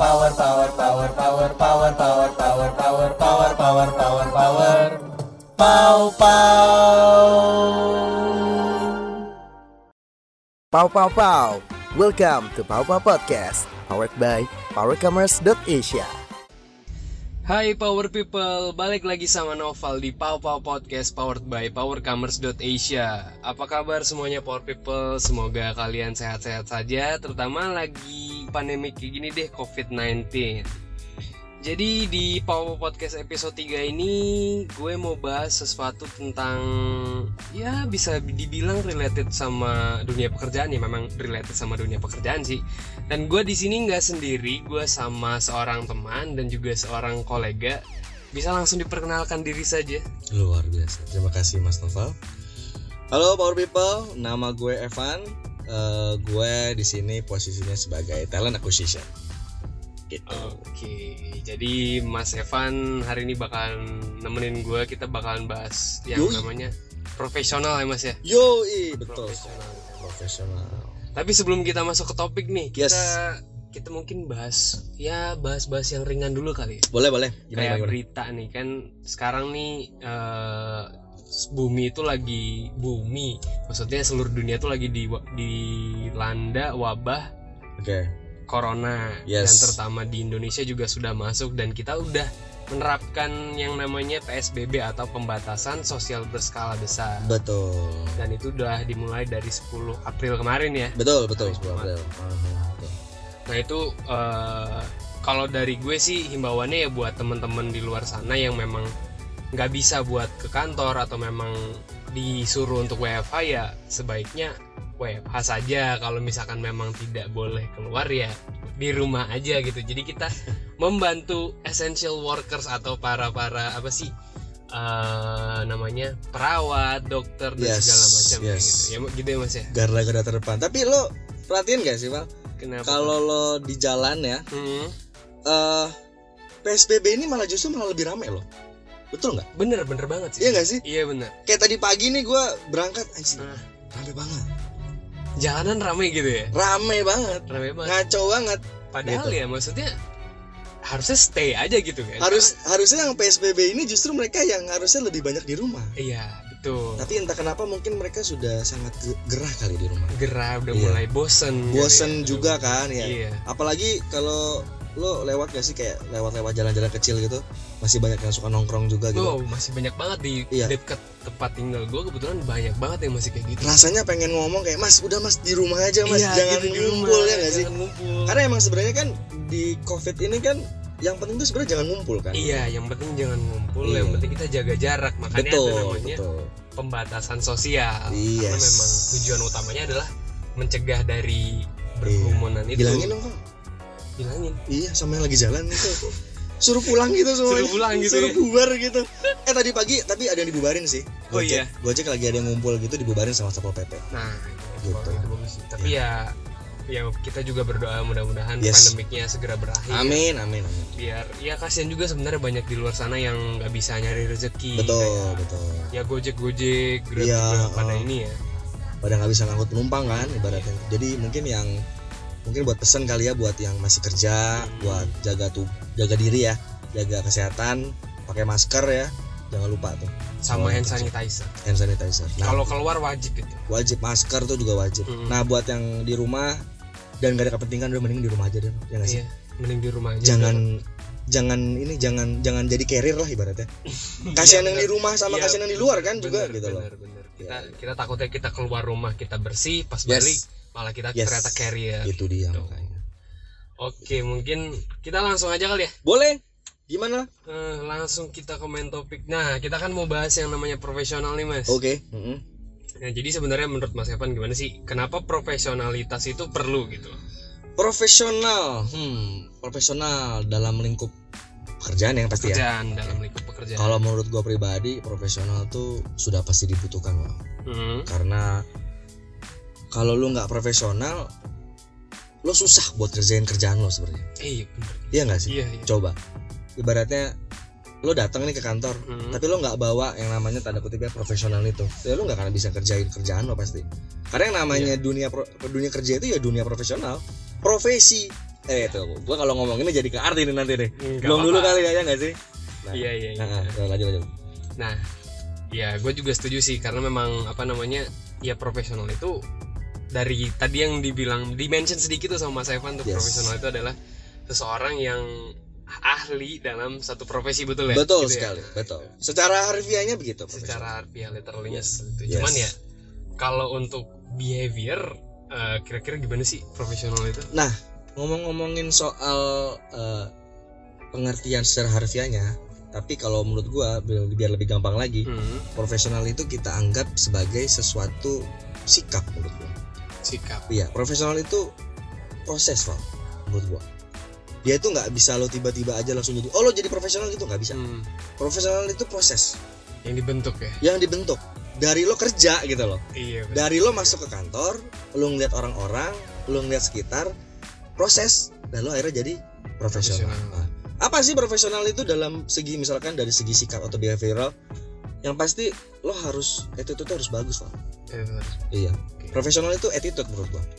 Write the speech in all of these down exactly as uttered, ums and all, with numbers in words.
power, power, power, power, power, power, power, power, power, power, power, power, pow, pow. Pow pow pow. Welcome to Pow Pow Podcast, powered by powercommerce dot asia. Hai Power People, balik lagi sama Noval di Pow Pow Podcast powered by powercommerce dot asia. Apa kabar semuanya Power People? Semoga kalian sehat-sehat saja, terutama lagi pandemi kayak gini deh, covid sembilan belas. Jadi di Pow Pow Podcast episode tiga ini gue mau bahas sesuatu tentang, ya bisa dibilang related sama dunia pekerjaan, ya memang related sama dunia pekerjaan sih. Dan gue di sini nggak sendiri, gue sama seorang teman dan juga seorang kolega. Bisa langsung diperkenalkan diri saja. Luar biasa, terima kasih Mas Noval. Halo Power People, nama gue Evan. Uh, gue di sini posisinya sebagai talent acquisition. Gitu. Oke, jadi Mas Evan hari ini bakalan nemenin gue. Kita bakalan bahas yang Yoi. namanya profesional ya Mas ya. Yoi, betul. Profesional. Profesional. Tapi sebelum kita masuk ke topik nih, kita Yes. kita mungkin bahas ya bahas-bahas yang ringan dulu kali. Boleh boleh. Gimana, Kayak gimana? berita nih kan sekarang nih eh, bumi itu lagi bumi, maksudnya seluruh dunia tuh lagi di dilanda wabah Oke. corona. Yes. Dan terutama di Indonesia juga sudah masuk dan kita udah menerapkan yang namanya P S B B atau pembatasan sosial berskala besar. Betul. Dan itu udah dimulai dari sepuluh April kemarin ya. Betul betul. Hari sepuluh Jumat. April. Uh-huh, betul. Nah itu uh, kalau dari gue sih himbauannya ya buat teman-teman di luar sana yang memang nggak bisa buat ke kantor atau memang disuruh untuk W F H, ya sebaiknya W F H saja. Kalau misalkan memang tidak boleh keluar ya di rumah aja gitu. Jadi kita membantu essential workers atau para-para apa sih uh, namanya perawat, dokter dan Yes, segala macam kayak yes. gitu. Ya gitu ya Mas ya. Garda-garda terdepan. Tapi lo perhatiin gak sih, Val? Kenapa? Kalau lo di jalan ya, hmm. uh, P S B B ini malah justru malah lebih rame loh. Betul nggak? Bener bener banget sih. Iya nggak sih? Iya bener. Kayak tadi pagi nih gue berangkat, anjir, Nah, rame banget. jalanan ramai gitu ya. Rame banget. Rame banget. Ngaco banget. Padahal gitu. ya maksudnya harusnya stay aja gitu kan. Harus harusnya yang P S B B ini justru mereka yang harusnya lebih banyak di rumah. Karena, iya betul. Tapi entah kenapa mungkin mereka sudah sangat ge- gerah kali di rumah. Gerah udah Iya. mulai bosen. Bosen gitu ya. juga kan ya. Iya. Apalagi kalau lo lewat gak sih kayak lewat-lewat jalan-jalan kecil gitu, masih banyak yang suka nongkrong juga gitu. Oh masih banyak banget di Iya. dekat tempat tinggal gue, kebetulan banyak banget yang masih kayak gitu. Rasanya pengen ngomong kayak, "Mas, udah Mas di rumah aja Mas, Iya, jangan gitu, di rumah, ngumpul ya gak sih?" jangan ngumpul. Karena emang sebenarnya kan di Covid ini kan yang penting tuh sebenarnya jangan ngumpul kan. Iya, yang penting jangan ngumpul, Iya. yang penting kita jaga jarak. Makanya Betul, ada namanya betul. pembatasan sosial. Yes. Karena memang tujuan utamanya adalah mencegah dari berkerumunan itu. Bilangin dong, Kak. Bilangin. Iya, sama yang lagi jalan itu. Suruh pulang gitu semuanya. Suruh pulang gitu Suruh ya. bubar gitu. Eh tadi pagi tapi ada yang dibubarin sih. Oh, Gojek. iya? Gojek lagi ada yang ngumpul gitu dibubarin sama Satpol P P. Nah, itu, Gitu. itu bagus sih. Tapi ya, ya kita juga berdoa mudah-mudahan Yes. pandemiknya segera berakhir. Amin, amin, amin. Biar ya kasihan juga sebenarnya banyak di luar sana yang nggak bisa nyari rezeki. Betul, kayak, betul. ya gojek gojek, grab Iya, juga pada uh. ini ya. Pada nggak bisa ngangkut penumpang kan ibaratnya. Jadi mungkin yang mungkin buat pesan kali ya buat yang masih kerja, Hmm. buat jaga tuh jaga diri ya, jaga kesehatan, pakai masker ya. Jangan lupa tuh. Sama Kalau hand kerja. sanitizer. Hand sanitizer. Nah, Kalau keluar wajib itu. wajib masker tuh juga wajib. Mm-mm. Nah, buat yang di rumah dan gak ada kepentingan udah mending di rumah aja deh, ya nggak sih? Iya, mending di rumah aja. Jangan jangan ini jangan jangan jadi carrier lah ibaratnya. Kasihan yang di rumah sama Iya, kasihan yang di luar kan juga bener, gitu loh. bener, bener. Kita Iya. kita takutnya kita keluar rumah kita bersih, pas Yes. balik malah kita Yes. ternyata carrier. Itu dia Gitu. makanya. Oke, mungkin kita langsung aja kali ya. Boleh? Gimana? Eh, langsung kita komen topik. Nah, kita kan mau bahas yang namanya profesional nih, Mas. Oke. Mm-mm. Nah, jadi sebenarnya menurut Mas Evan gimana sih? Kenapa profesionalitas itu perlu gitu? Profesional. Hmm, profesional dalam lingkup pekerjaan yang pasti ya. Pekerjaan dalam lingkup pekerjaan. Kalau menurut gua pribadi, profesional tuh sudah pasti dibutuhkan loh. Hmm. Karena kalau lu nggak profesional, lo susah buat kerjain kerjaan lo sebenarnya. Eh, iya benar. Iya nggak sih? Iya, iya. Coba, ibaratnya lo datang nih ke kantor, Hmm. tapi lo nggak bawa yang namanya tanda kutipnya profesional itu, ya lo nggak akan bisa kerjain kerjaan lo pasti. Karena yang namanya Iya. dunia pro, dunia kerja itu ya dunia profesional, profesi. Eh itu, gua kalau ngomong ini jadi ke arti nih nanti nih. Nggak Belum dulu apa-apa. kali ya, ya nggak sih? Nah, Iya iya iya. nah, nah, lanjut lanjut. Nah, ya gue juga setuju sih karena memang apa namanya ya profesional itu dari tadi yang dibilang dimention sedikit tuh sama Mas Evan tuh Yes. profesional itu adalah seseorang yang ahli dalam satu profesi, betul ya? Betul Gitu ya? sekali, betul. Secara harfiahnya begitu. profesional. Secara harfiah literalnya Yes. seperti itu. Yes. Cuman ya kalau untuk behavior eh, kira-kira gimana sih profesional itu? Nah, ngomong-ngomongin soal eh, pengertian secara harfiahnya, tapi kalau menurut gua biar, biar lebih gampang lagi, Hmm, profesional itu kita anggap sebagai sesuatu sikap menurut gua. sikap. Iya, profesional itu proses, Val, menurut gua. Dia itu nggak bisa lo tiba-tiba aja langsung jadi, oh lo jadi profesional gitu, nggak bisa. Hmm, Profesional itu proses yang dibentuk ya. yang dibentuk dari lo kerja gitu loh. Iya. benar. Dari lo masuk ke kantor, lo ngeliat orang-orang, lo ngeliat sekitar, proses, dan lo akhirnya jadi profesional. Profesional. Nah, apa sih profesional itu dalam segi misalkan dari segi sikap atau behavioral? Yang pasti lo harus attitude itu harus bagus, Val. Iya, benar. Iya. Oke. Profesional itu attitude menurut gua.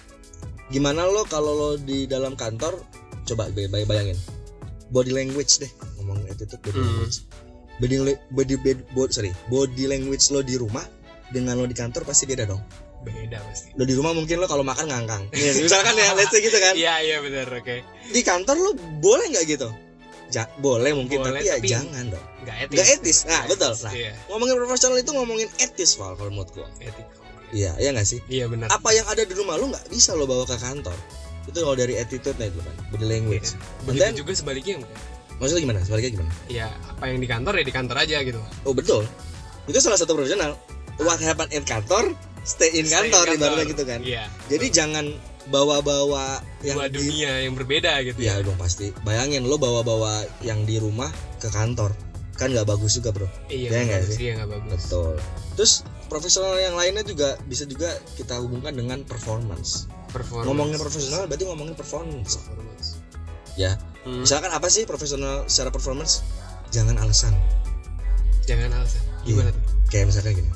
Gimana lo kalau lo di dalam kantor, coba bay- bay- bayangin. Body language deh, ngomong attitude body Hmm. language. Body, la- body, body, body, sorry, body language lo di rumah dengan lo di kantor pasti beda dong. Beda pasti. Lo di rumah mungkin lo kalau makan ngangkang. Iya, misalkan ya, let's say gitu kan. Iya iya benar, oke. Di kantor lo boleh nggak gitu? Ja- boleh mungkin, Boleh, tapi ya tapi jangan dong. Nggak etis. Nggak etis. Nah, betul. Nah, Iya, ngomongin profesional itu ngomongin etis, Val, kalau menurut gua. etikal. Iya, iya nggak sih? Iya benar. Apa yang ada di rumah lo nggak bisa lo bawa ke kantor. Itu kalau dari attitude-nya itu kan, body language. Iya. And Begitu then, juga sebaliknya mungkin. maksudnya gimana? Sebaliknya gimana? Ya apa yang di kantor ya di kantor aja gitu. Oh betul. Itu salah satu profesional. What happen in kantor, stay in Stay in kantor, kantor. ibaratnya gitu kan. Iya. Jadi betul. jangan bawa-bawa yang dua di dunia yang berbeda gitu ya ya. dong pasti. Bayangin lo bawa-bawa yang di rumah ke kantor. Kan nggak bagus juga, Bro. Iya Ya nggak bagus, sih? iya nggak bagus. Betul. Terus profesional yang lainnya juga bisa juga kita hubungkan dengan performance. Performance. Ngomongin profesional berarti ngomongin performance. Performance. Ya. Hmm, Misalkan apa sih profesional secara performance? Jangan alasan. jangan alasan. Gimana Iya. tuh? Kayak misalkan gini.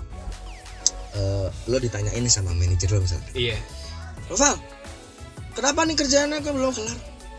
Eh, lo ditanyain nih sama manajer lo misalkan. Iya. Noval, kenapa nih kerjaannya kan belum kelar?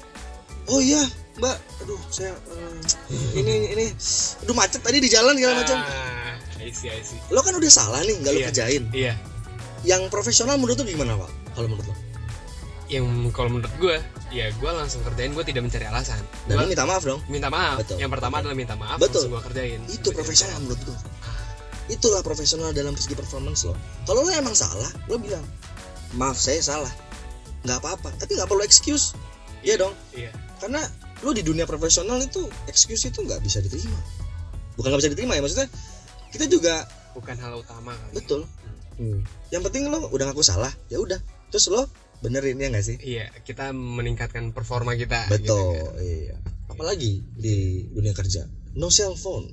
Oh iya, Mbak. Aduh, saya eh, ini ini aduh macet tadi di jalan segala macam. Ah, I see, I see. Lo kan udah salah nih, nggak lo Iya. kerjain. Iya. Yang profesional menurut lo gimana, Pak? Kalau menurut lo? Yang kalau menurut gue, ya gue langsung kerjain, gue tidak mencari alasan. Dan Gua lo minta maaf dong. minta maaf. Betul. Yang pertama Betul. adalah minta maaf, Betul. langsung gue kerjain. Itu Gua profesional tidak- menurut gue. Itulah profesional dalam segi performance lo. Kalau lo emang salah, lo bilang, maaf saya salah. Nggak apa-apa, tapi nggak perlu excuse. Iya dong. Iya. Karena lo di dunia profesional itu excuse itu nggak bisa diterima. Bukan nggak bisa diterima ya, maksudnya kita juga Bukan hal utama kali. betul. Hmm. Yang penting lo udah ngaku salah, ya udah. Terus lo benerin ya nggak sih? Iya, kita meningkatkan performa kita. Betul. Gitu kan. Iya. Apalagi di dunia kerja, no cell phone.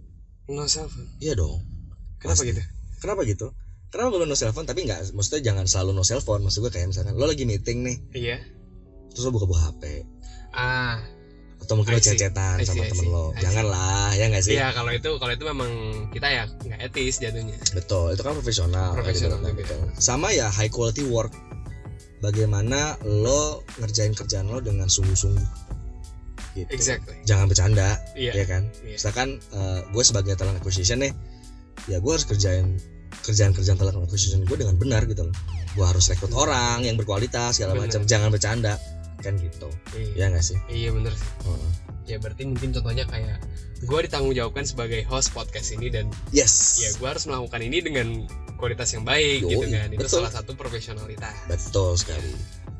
No cell phone. Iya dong. Kenapa Pasti. gitu? Kenapa gitu? Kenapa gue no cell phone? Tapi nggak, maksudnya jangan selalu no cell phone. Maksud gue kayak misalkan lo lagi meeting nih, Iya. terus lo buka-buka H P, Ah, atau mungkin I lo see. chat-chatan I see, sama I temen see. lo. I see. Janganlah, ya nggak sih? iya kalau itu kalau itu memang kita ya nggak etis jatuhnya. Betul, itu kan profesional. Profesional Kayak gitu, juga. betul. Sama ya high quality work. Bagaimana lo ngerjain kerjaan lo dengan sungguh-sungguh. Gitu. Exactly. Jangan bercanda, Iya. ya kan? Iya. Misalkan eh, gue sebagai talent acquisition nih, ya gue harus kerjain kerjaan-kerjaan talent acquisition gue dengan benar gitu loh. Gue harus rekrut orang yang berkualitas segala Benar. macam. Jangan bercanda, kan gitu. Iya. Ya nggak sih? Iya bener sih. Heeh. Ya berarti mungkin contohnya kayak gue ditanggung jawabkan sebagai host podcast ini dan Yes. ya gue harus melakukan ini dengan kualitas yang baik Yoi, gitu kan. Itu betul. salah satu profesionalitas. Betul sekali.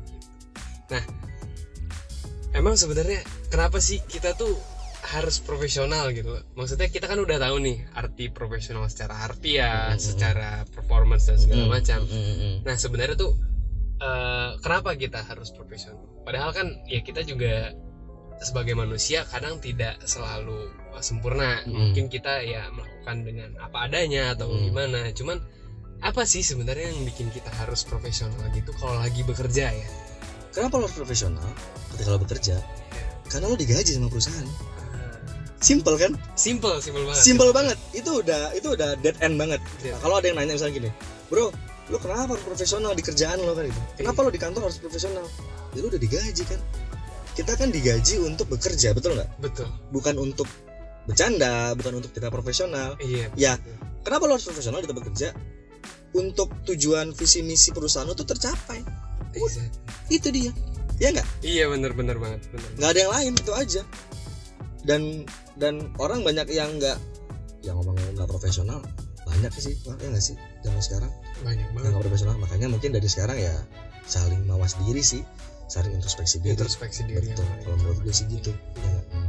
Emang sebenarnya kenapa sih kita tuh harus profesional gitu? Maksudnya kita kan udah tahu nih arti profesional secara harfiah, Mm-mm. secara performance dan segala Mm, macam. mm, mm, mm. Nah sebenarnya tuh eh, kenapa kita harus profesional? Padahal kan ya kita juga sebagai manusia kadang tidak selalu eh, sempurna. Mm. Mungkin kita ya melakukan dengan apa adanya atau Mm. gimana. Cuman apa sih sebenarnya yang bikin kita harus profesional gitu kalau lagi bekerja ya? Kenapa lo harus profesional ketika lo bekerja? Karena lo digaji sama perusahaan. Simple kan? Simple, simple banget. Simple banget. Itu udah itu udah dead end banget. Iya. Nah, kalau ada yang nanya misalnya gini, bro, lu kenapa harus profesional di kerjaan lo kan gitu? Kenapa lo di kantor harus profesional? Ya lu udah digaji kan? Kita kan digaji untuk bekerja, betul nggak? Betul. Bukan untuk bercanda, bukan untuk kita profesional. Iya. Ya, kenapa lo harus profesional di tempat kerja? Untuk tujuan visi misi perusahaan lo tuh tercapai. Exactly. Itu dia. Ya nggak? Iya benar-benar banget. Bener. Nggak ada yang lain, itu aja. Dan dan orang banyak yang nggak, yang ngomong nggak profesional banyak sih, wah ya nggak sih zaman sekarang Banyak yang banget. nggak profesional. Makanya mungkin dari sekarang ya saling mawas diri sih, saling introspeksi diri. Introspeksi diri. Betul. yang Kalau menurut gue sih gitu. Ya nggak? Hmm.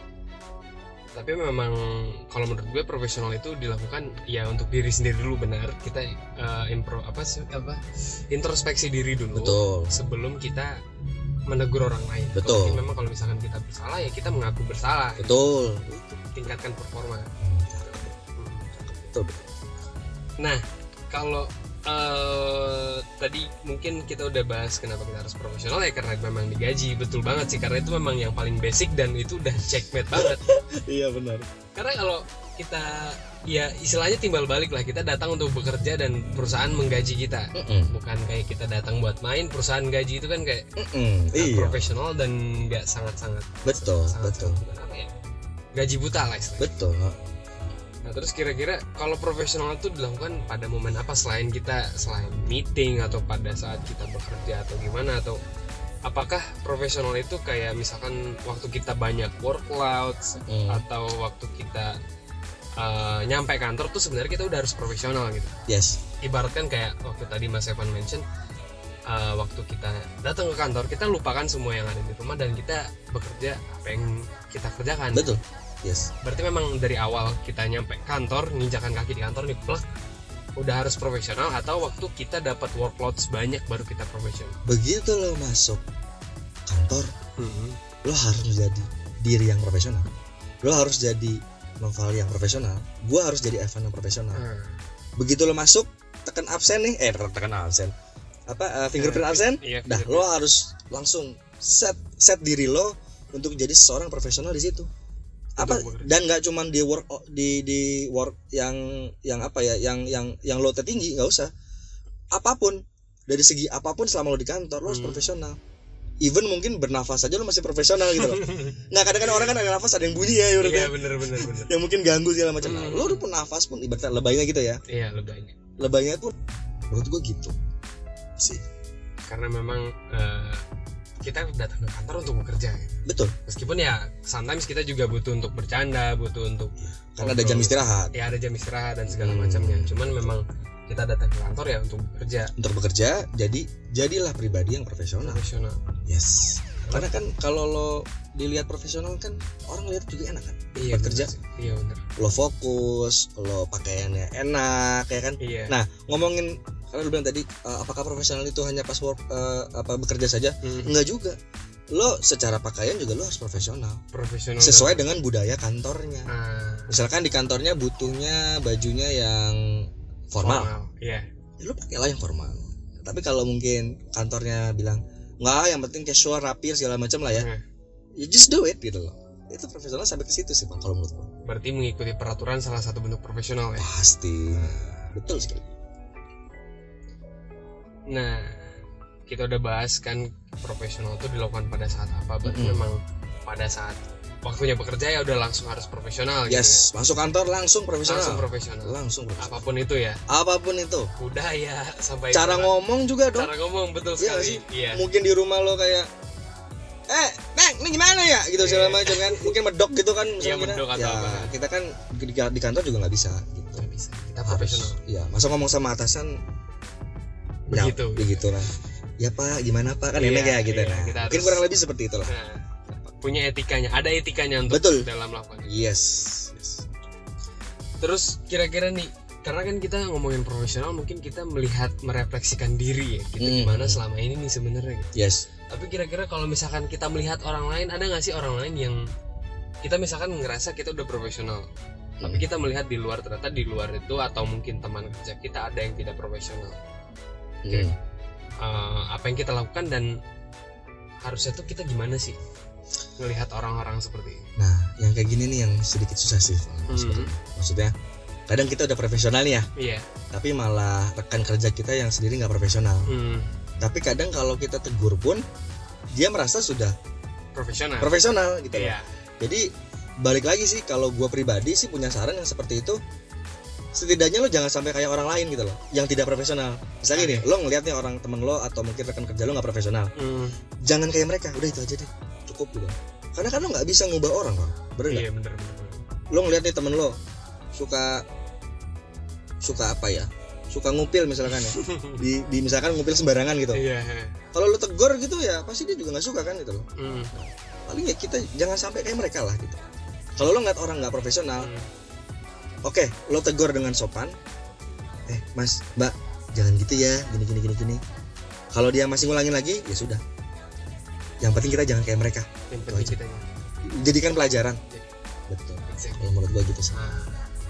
Tapi memang kalau menurut gue profesional itu dilakukan ya untuk diri sendiri dulu, benar. Kita uh, impro apa sih apa introspeksi diri dulu. Betul. Sebelum kita menegur orang lain. Betul. Kalau memang kalau misalkan kita bersalah ya kita mengaku bersalah. Betul. Tingkatkan performa. Betul. Nah, kalau uh, tadi mungkin kita udah bahas kenapa kita harus profesional ya karena memang digaji. Betul banget sih, karena itu memang yang paling basic dan itu udah checkmate banget. Iya benar. Karena kalau kita ya istilahnya timbal balik lah, kita datang untuk bekerja dan perusahaan menggaji kita. Mm-mm. Bukan kayak kita datang buat main, perusahaan gaji itu kan kayak Mm-mm. uh, Iya. profesional dan nggak sangat-sangat Betul. sangat, Betul. bukan apa ya, gaji buta lah istilahnya. Betul. Nah terus kira-kira kalau profesional itu dilakukan pada momen apa selain kita selain meeting atau pada saat kita bekerja atau gimana, atau apakah profesional itu kayak misalkan waktu kita banyak workload Mm. atau waktu kita uh, nyampe kantor tuh sebenarnya kita udah harus profesional gitu. Yes. Ibaratkan kayak waktu tadi Mas Evan mention, uh, waktu kita datang ke kantor kita lupakan semua yang ada di rumah dan kita bekerja apa yang kita kerjakan. Betul. Yes. Berarti memang dari awal kita nyampe kantor, nginjakan kaki di kantor nih, plek, udah harus profesional, atau waktu kita dapat workload banyak baru kita profesional. Begitu lo masuk kantor, Hmm. lo harus menjadi diri yang profesional. Lo harus jadi Noval yang profesional. Gua harus jadi Evan yang profesional. Hmm. Begitu lo masuk, tekan absen nih, eh tekan absen. Apa uh, fingerprint absen? Iya, Dah, fingerprint. lo harus langsung set set diri lo untuk jadi seorang profesional di situ. Apa Betul, betul. dan nggak cuman di work di di work yang yang apa ya, yang yang yang lo tertinggi, nggak usah. Apapun, dari segi apapun selama lo di kantor lo harus Hmm. profesional. Even mungkin bernafas saja lo masih profesional gitu loh. Nggak, kadang-kadang orang kan ada nafas ada yang bunyi ya, Iya ibaratnya. bener bener bener. Yang mungkin ganggu segala macam. Nah, Hmm. lo udah pun nafas pun ibaratnya lebaynya gitu ya. Iya lebihnya. Lebaynya pun menurut gua gitu sih. Karena memang uh, kita datang ke kantor untuk bekerja gitu. Betul. Meskipun ya sometimes kita juga butuh untuk bercanda, butuh untuk Karena ada jam ngobrol. istirahat. Ya ada jam istirahat dan segala Hmm. macamnya. Cuman memang kita datang ke kantor ya untuk bekerja Untuk bekerja, jadi jadilah pribadi yang profesional. profesional. Yes. Karena kan kalau lo dilihat profesional kan orang lihat juga enak kan. Iya Bekerja. bener sih. Iya bener. Lo fokus, lo pakaiannya enak ya kan. Iya. Nah, ngomongin karena lu bilang tadi uh, apakah profesional itu hanya pas work uh, apa bekerja saja? Hmm. Enggak juga. Lo secara pakaian juga lo harus profesional. Profesional. Sesuai dengan budaya kantornya. Ah, Misalkan di kantornya butuhnya bajunya yang formal. Iya. Ya, lo pakailah yang formal. Tapi kalau mungkin kantornya bilang nggak, yang penting casual, rapi segala macam lah ya. Hmm. You just do it gitu loh. Itu profesional sampai ke situ sih Bang kalau menurut gua. Berarti mengikuti peraturan salah satu bentuk profesional ya. Pasti. Betul sekali. Nah, kita udah bahas kan profesional itu dilakukan pada saat apa. Berarti Mm-mm. memang pada saat waktunya bekerja ya udah langsung harus profesional gitu Yes, masuk kantor langsung ya. profesional. Langsung profesional. Langsung profesional. Apapun itu ya. Apapun itu. Budaya sampai Cara ngomong juga dong. cara ngomong betul Iya sekali. sih? Iya. Mungkin di rumah lo kayak eh, Neng, ini gimana ya? Gitu segala Iya. macam kan. Mungkin medok gitu kan Iya, misalnya. medok atau ya, apa. kita kan di, di kantor juga nggak bisa gitu. Nggak bisa. Kita Harus. profesional. Iya, masa ngomong sama atasan Begitu. ya, begitu lah. Ya Pak, gimana Pak? Kan Iya, enak ya gitu. iya, Nah, kita mungkin harus- kurang lebih seperti itulah. Nah, punya etikanya, ada etikanya untuk Betul. dalam melakukan itu. Yes. Yes. Terus kira-kira nih, karena kan kita ngomongin profesional, mungkin kita melihat merefleksikan diri ya, kita Hmm. gimana selama ini nih sebenarnya gitu. Yes. Tapi kira-kira kalau misalkan kita melihat orang lain, ada nggak sih orang lain yang kita misalkan ngerasa kita udah profesional, tapi Hmm. kita melihat di luar, ternyata di luar itu atau mungkin teman kerja kita ada yang tidak profesional. Oke. Hmm. Uh, apa yang kita lakukan dan harusnya tuh kita gimana sih ngelihat orang-orang seperti ini. Nah, yang kayak gini nih yang sedikit susah sih. Hmm. Maksudnya, kadang kita udah profesional nih ya, Iya. tapi malah rekan kerja kita yang sendiri nggak profesional. Hmm. Tapi kadang kalau kita tegur pun, dia merasa sudah Profesional. profesional gitu loh. Iya. Jadi balik lagi sih, kalau gue pribadi sih punya saran yang seperti itu. Setidaknya lo jangan sampai kayak orang lain gitu loh, yang tidak profesional. Misalnya nih, lo ngeliat nih orang temen lo atau mungkin rekan kerja lo nggak profesional, Hmm. jangan kayak mereka. Udah itu aja deh, cukup gitu. Karena kan lo nggak bisa ngubah orang, Bang. Bener nggak? Iya bener bener. Lo ngeliat nih temen lo suka suka apa ya? Suka ngupil misalkan ya. di, di misalkan ngupil sembarangan gitu. Iya. Kalau lo tegur gitu ya pasti dia juga nggak suka kan gitu loh. Hmm. Paling ya kita jangan sampai kayak mereka lah gitu. Kalau lo ngeliat orang nggak profesional, Hmm. oke, lo tegur dengan sopan. Eh, Mas, Mbak, jangan gitu ya, gini gini gini gini. Kalau dia masih ngulangin lagi, ya sudah. Yang penting kita jangan kayak mereka. Yang Itu penting aja. kitanya. Jadikan pelajaran. Iya. Betul. Exactly. Kalau menurut gua gitu sih. Nah,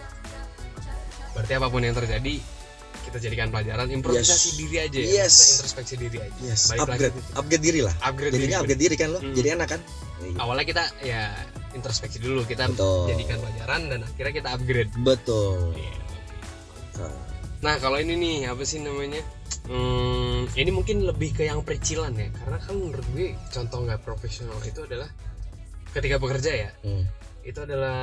berarti apapun yang terjadi kita jadikan pelajaran, improvisasi Yes. diri aja ya, Yes. maksudnya introspeksi diri aja. Yes, Balik lagi upgrade, gitu. upgrade diri lah. Upgrade Jadinya diri. upgrade diri kan lo, Hmm. jadi enak kan? Iya. Awalnya kita ya introspeksi dulu, kita Betul. jadikan pelajaran dan akhirnya kita upgrade. Betul. Iya. Nah, Nah kalau ini nih apa sih namanya? Hmm, ini mungkin lebih ke yang pericilan ya, karena kan menurut gue contoh nggak profesional itu adalah ketika bekerja ya, hmm. itu adalah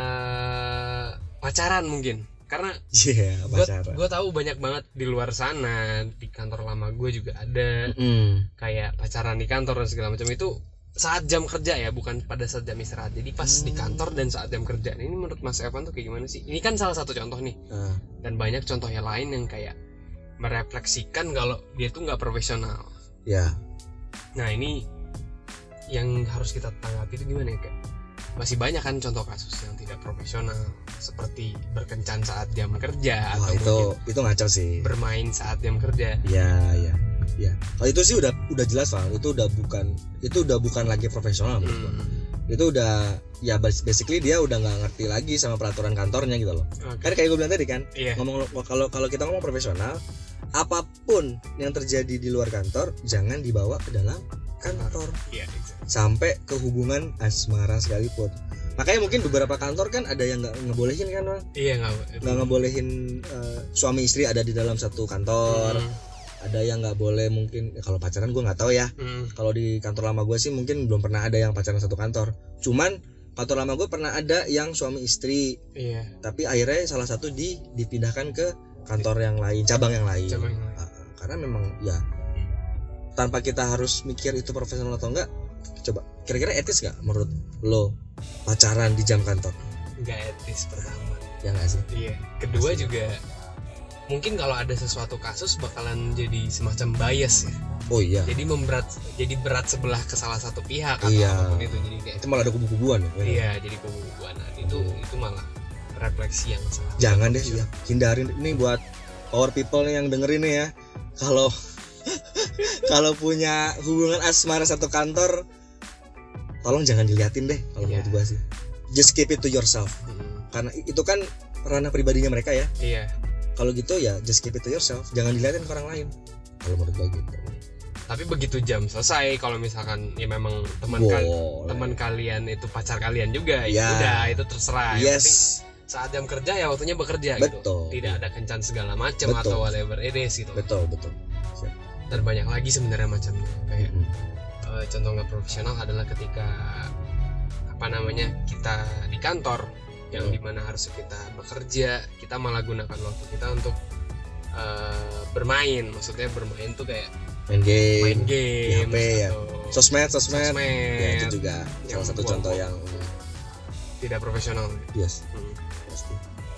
pacaran mungkin. Karena Iya, gue pacaran. gue tahu banyak banget di luar sana, di kantor lama gue juga ada Mm. kayak pacaran di kantor dan segala macam itu saat jam kerja ya, bukan pada saat jam istirahat. Jadi pas di kantor dan saat jam kerja. Ini menurut Mas Evan tuh kayak gimana sih? Ini kan salah satu contoh nih, Nah, dan banyak contoh yang lain yang kayak merefleksikan kalau dia tuh nggak profesional. ya. Nah ini yang harus kita tanggapi itu gimana ya, Kak? Masih banyak kan contoh kasus yang tidak profesional, seperti berkencan saat jam kerja, Wah, atau itu mungkin itu ngaco sih. bermain saat jam kerja. Ya, ya. Ya. Kalau itu sih udah udah jelas, Bang. Itu udah bukan itu udah bukan lagi profesional menurut gua. Hmm. Itu udah ya basically dia udah nggak ngerti lagi sama peraturan kantornya gitu loh. Oke. Kan kayak gue bilang tadi kan, Iya. ngomong kalau kalau kita ngomong profesional, apapun yang terjadi di luar kantor jangan dibawa ke dalam kantor Iya, exactly. sampai ke hubungan asmara sekalipun. Makanya mungkin beberapa kantor kan ada yang nggak ngebolehin kan, Bang? Iya nggak. Nggak ngebolehin uh, suami istri ada di dalam satu kantor. Hmm. Ada yang nggak boleh mungkin ya, kalau pacaran gue nggak tahu ya. Hmm. Kalau di kantor lama gue sih mungkin belum pernah ada yang pacaran satu kantor. Cuman kantor lama gue pernah ada yang suami istri, Iya. tapi akhirnya salah satu di dipindahkan ke kantor yang lain, cabang yang lain. Cabang yang lain. Ah, karena memang ya tanpa kita harus mikir itu profesional atau enggak. Coba kira-kira etis nggak menurut lo pacaran di jam kantor? Nggak etis pertama. Ya nggak sih? Iya. Kedua Pasti. juga mungkin kalau ada sesuatu kasus bakalan jadi semacam bias ya. Oh iya. Jadi memberat, jadi berat sebelah ke salah satu pihak atau Iya. apapun itu. Jadi kayak Itu malah ada kubu-kubuan ya. iya, jadi kubu-kubuan. Nah, itu itu malah refleksi yang salah. Jangan deh ya, hindarin. Ini buat power people nih yang dengerin nih ya. Kalau kalau punya hubungan asmara satu kantor, tolong jangan diliatin deh kalau Iya. menurut gua sih. Just keep it to yourself. Hmm. Karena itu kan ranah pribadinya mereka ya. Iya. Kalau gitu ya just keep it to yourself, jangan diliatin ke orang lain. Kalau menurut gua gitu. Tapi begitu jam selesai, kalau misalkan ya memang teman Wow. kal- teman kalian itu pacar kalian juga, ya Ya. udah itu terserah. Yang penting Yes. saat jam kerja ya waktunya bekerja Betul. gitu. Tidak ada kencan segala macam Betul. atau whatever it is gitu. Betul, betul. Dan banyak lagi sebenarnya macamnya. Kayak Mm-mm. eh, contoh nggak profesional adalah ketika apa namanya kita di kantor yang Hmm. dimana harus kita bekerja, kita malah gunakan waktu kita untuk eh, bermain. Maksudnya bermain tuh kayak Main game, main di game H P ya. atau Sosmed, sosmed. sosmed. Ya, itu juga Yang salah satu buang-buang. contoh yang Tidak profesional. yes, Hmm. pasti.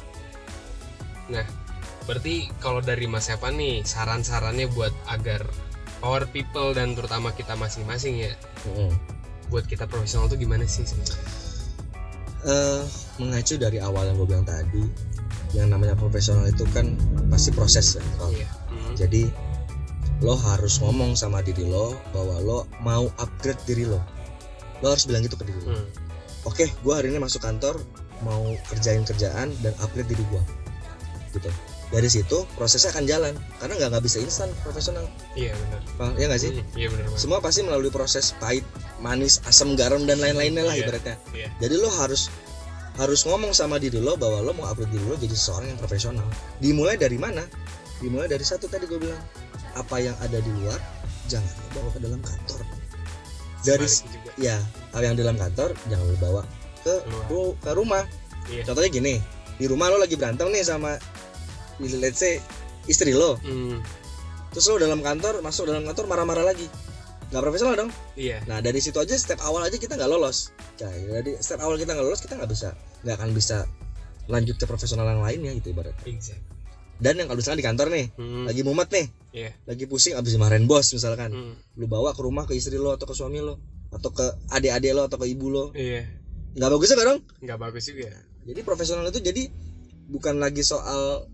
Berarti kalau dari Mas Evan nih saran-sarannya buat agar power people dan terutama kita masing-masing ya, Mm-mm. buat kita profesional tuh gimana sih sebenarnya? Eh, mengacu dari awal yang gue bilang tadi, yang namanya profesional itu kan pasti proses ya. Val. Iya. Hmm. Jadi lo harus ngomong sama diri lo bahwa lo mau upgrade diri lo. Lo harus bilang gitu ke diri lo. Hmm. Oke, gue hari ini masuk kantor mau kerjain kerjaan dan upgrade diri gue. Gitu. Dari situ prosesnya akan jalan karena nggak nggak bisa instan profesional. Iya benar. Val, ya nggak sih? Hmm, Iya benar. Bang. Semua pasti melalui proses pahit manis, asam, garam dan lain-lainnya lah Iya. ibaratnya. Iya. Jadi lo harus harus ngomong sama diri lo bahwa lo mau upgrade diri lo jadi seseorang yang profesional. Dimulai dari mana? Dimulai dari satu tadi gue bilang, apa yang ada di luar jangan lo bawa ke dalam kantor. Dari Sebaliknya juga. ya, apa yang di dalam kantor jangan lo bawa ke Keluar. ru- ke rumah. Iya. Contohnya gini, di rumah lo lagi berantem nih sama let's say istri lo. Hmm, Terus lo dalam kantor, masuk dalam kantor marah-marah lagi. Nggak profesional dong. iya. Nah dari situ aja step awal aja kita nggak lolos. Nah, jadi step awal kita nggak lolos, kita nggak bisa, nggak akan bisa lanjut ke profesional yang lainnya gitu ibaratnya. Exact. Dan yang kalau misalkan di kantor nih, Hmm, lagi mumet nih, iya. lagi pusing abis dimarahin bos misalkan, Hmm, lu bawa ke rumah ke istri lo atau ke suami lo atau ke adik-adik lo atau ke ibu lo, iya. nggak bagus ya dong. Nggak bagus juga. Jadi profesional itu jadi bukan lagi soal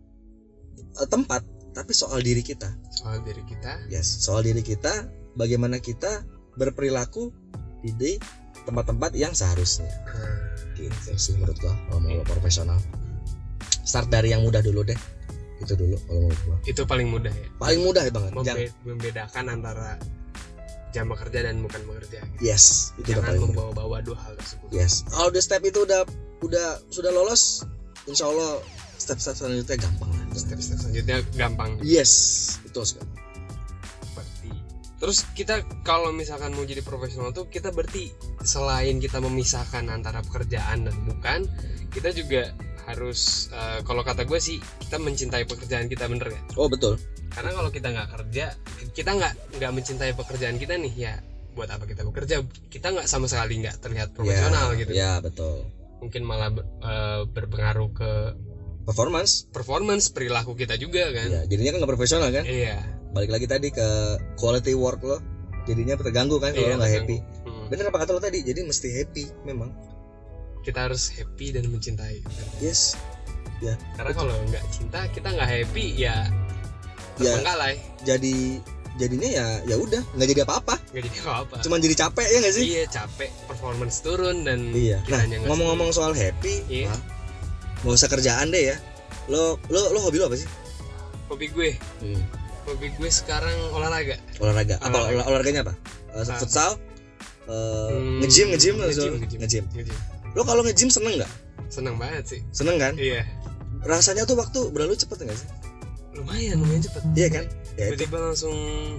eh, tempat, tapi soal diri kita. Soal diri kita. Yes, soal diri kita, bagaimana kita berperilaku di, di tempat-tempat yang seharusnya. Hmm, Gitu sih menurut gua kalau mau profesional. Start dari yang mudah dulu deh. Itu dulu kalau menurut gua. itu paling mudah ya. Paling mudah banget. Jangan, Membe- membedakan antara jam bekerja dan bukan bekerja. yes, itu udah Jangan paling mudah. membawa-bawa dua hal tersebut. Yes. Kalau udah step itu udah udah sudah lolos, insya Allah step-step selanjutnya gampang lah. Step-step selanjutnya gampang. Yes, betul sekali. Berarti. Terus kita kalau misalkan mau jadi profesional tuh kita berarti selain kita memisahkan antara pekerjaan dan bukan, kita juga harus eh, kalau kata gue sih kita mencintai pekerjaan kita, bener gak? Oh betul. Karena kalau kita nggak kerja, kita nggak nggak mencintai pekerjaan kita nih ya. Buat apa kita bekerja? Kita nggak sama sekali nggak terlihat profesional ya, gitu. Ya betul. Mungkin malah ber- eh, berpengaruh ke Performance. performance perilaku kita juga kan. Ya, jadinya kan nggak profesional kan. Iya. Balik lagi tadi ke quality work lo, jadinya terganggu kan kalau Iya, lo nggak terganggu. happy. Hmm. Bener apa kata lo tadi? Jadi mesti happy memang. Kita harus happy dan mencintai. Yes. Karena kalau nggak cinta, kita nggak happy ya Ya. terbengkalai. Jadi jadinya ya ya udah nggak jadi apa-apa. Nggak jadi apa-apa. Cuman jadi capek ya nggak sih? Iya, capek, performance turun dan Iya. Nah, kitanya nggak ngomong-ngomong soal happy, Iya. wah, nggak usah kerjaan deh ya. Lo lo lo hobi lo apa sih? seneng. Hobi gue, Hmm. hobi gue sekarang olahraga. Olahraga. Apa Olahraga. olah- olahraganya apa? Uh, Ah. futsal? Uh, Hmm, nge-gym, nge-gym, nge-gym, nge-gym, nge-gym. nge-gym. Nge-gym. Lo kalau nge-gym seneng nggak? Seneng banget sih. Seneng kan? Iya. Rasanya tuh waktu berlalu cepet nggak sih? Lumayan, lumayan cepet. Iya kan? Ya itu. Tiba-tiba langsung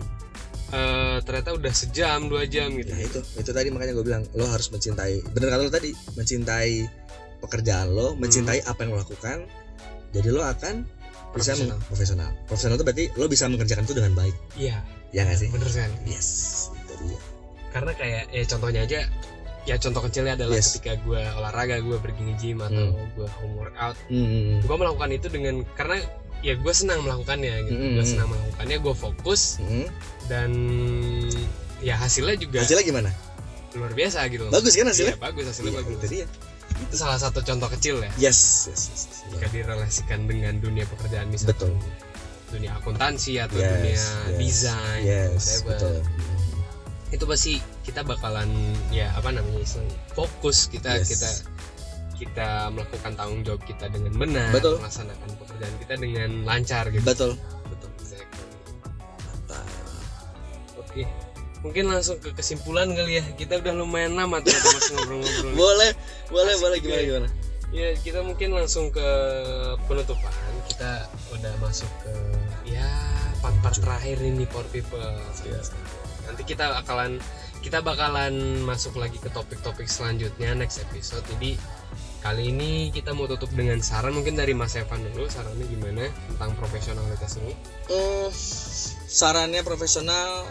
eh, ternyata udah sejam, dua jam gitu. Ya itu, itu tadi makanya gue bilang lo harus mencintai. Bener kata lo tadi, mencintai pekerjaan lo, mencintai apa yang lo lakukan. Jadi lo akan bisa Profesional. meng- profesional. Profesional itu berarti lo bisa mengerjakan itu dengan baik. Iya, Ya nggak sih? bener sekali. Yes, itu dia. Karena kayak ya contohnya aja, ya contoh kecilnya adalah Yes. ketika gue olahraga, gue pergi nge-gym atau gue home workout, Hmm. gue melakukan itu dengan karena ya gue senang melakukannya gitu. Mm-mm. Gue senang melakukannya, gue fokus Hmm. dan ya hasilnya juga Hasilnya gimana? luar biasa gitu. Bagus kan hasilnya? Iya, bagus hasilnya Iya, bagus. itu dia. Itu salah satu contoh kecil ya. Yes, yes, yes, yes. Jika direlasikan dengan dunia pekerjaan misalnya Betul. dunia akuntansi atau Yes, dunia yes, desain, Yes, whatever. betul. Itu pasti kita bakalan ya apa namanya istilahnya fokus kita Yes. kita kita melakukan tanggung jawab kita dengan benar, Betul. melaksanakan pekerjaan kita dengan lancar gitu. Betul. Betul, exactly. Mantap. Oke. Mungkin langsung ke kesimpulan kali ya. Kita udah lumayan lama tuh masih ngobrol-ngobrol. Boleh, boleh, Asik boleh juga gimana ya. gimana? Ya, kita mungkin langsung ke penutupan. Kita udah masuk ke ya part-part terakhir ini for people. Iya. Nanti kita bakalan kita bakalan masuk lagi ke topik-topik selanjutnya next episode. Jadi kali ini kita mau tutup dengan saran mungkin dari Mas Evan dulu. Sarannya gimana tentang profesionalitas ini? Hmm, sarannya profesional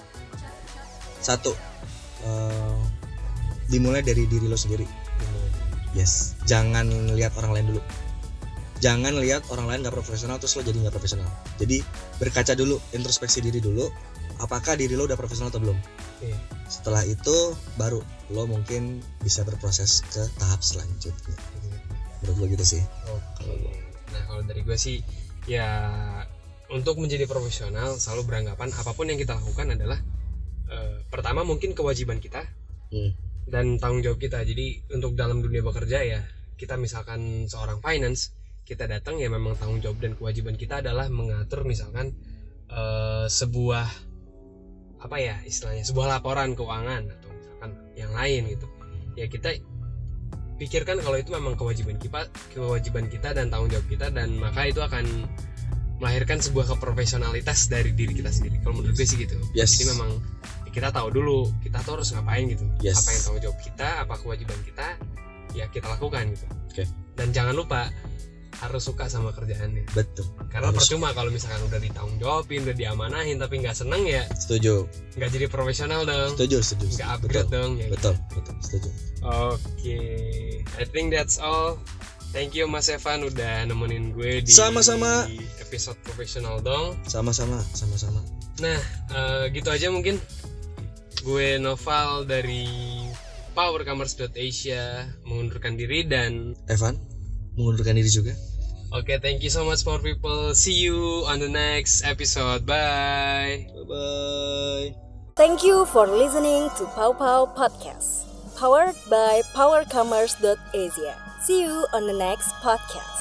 satu, eh, dimulai dari diri lo sendiri. Yes, jangan lihat orang lain dulu. Jangan lihat orang lain nggak profesional terus lo jadi nggak profesional. Jadi berkaca dulu, introspeksi diri dulu. Apakah diri lo udah profesional atau belum? Iya. Setelah itu baru lo mungkin bisa berproses ke tahap selanjutnya. Menurut lo gitu sih. Oke. Nah kalau dari gue sih ya untuk menjadi profesional selalu beranggapan apapun yang kita lakukan adalah eh, pertama mungkin kewajiban kita Hmm. dan tanggung jawab kita. Jadi untuk dalam dunia bekerja ya kita misalkan seorang finance kita datang ya memang tanggung jawab dan kewajiban kita adalah mengatur misalkan eh, sebuah apa ya istilahnya sebuah laporan keuangan atau melakukan yang lain gitu. Ya kita pikirkan kalau itu memang kewajiban kita, kewajiban kita dan tanggung jawab kita, dan maka itu akan melahirkan sebuah keprofesionalitas dari diri kita sendiri. Kalau menurut gue sih gitu. Yes. Jadi memang kita tahu dulu kita tuh harus ngapain gitu. Yes. Apa yang tanggung jawab kita, apa kewajiban kita, ya kita lakukan gitu. Oke. Okay. Dan jangan lupa harus suka sama kerjaannya. Betul. Karena harus. Percuma kalau misalkan udah ditanggung jawabin, udah diamanahin tapi nggak seneng ya. Setuju. Nggak jadi profesional dong. Setuju, setuju. Nggak upgrade betul. dong. Ya betul, gitu. betul, setuju. Oke, okay. I think that's all. Thank you Mas Evan udah nemenin gue di Sama-sama. episode profesional dong. Sama-sama, sama-sama. Nah, uh, gitu aja mungkin. Gue Noval dari powercommerce dot asia mengundurkan diri, dan Evan mengundurkan diri juga. Oke, okay, thank you so much for people. See you on the next episode. Bye. Bye-bye. Thank you for listening to Pau Pau Podcast, powered by powercommerce dot asia. See you on the next podcast.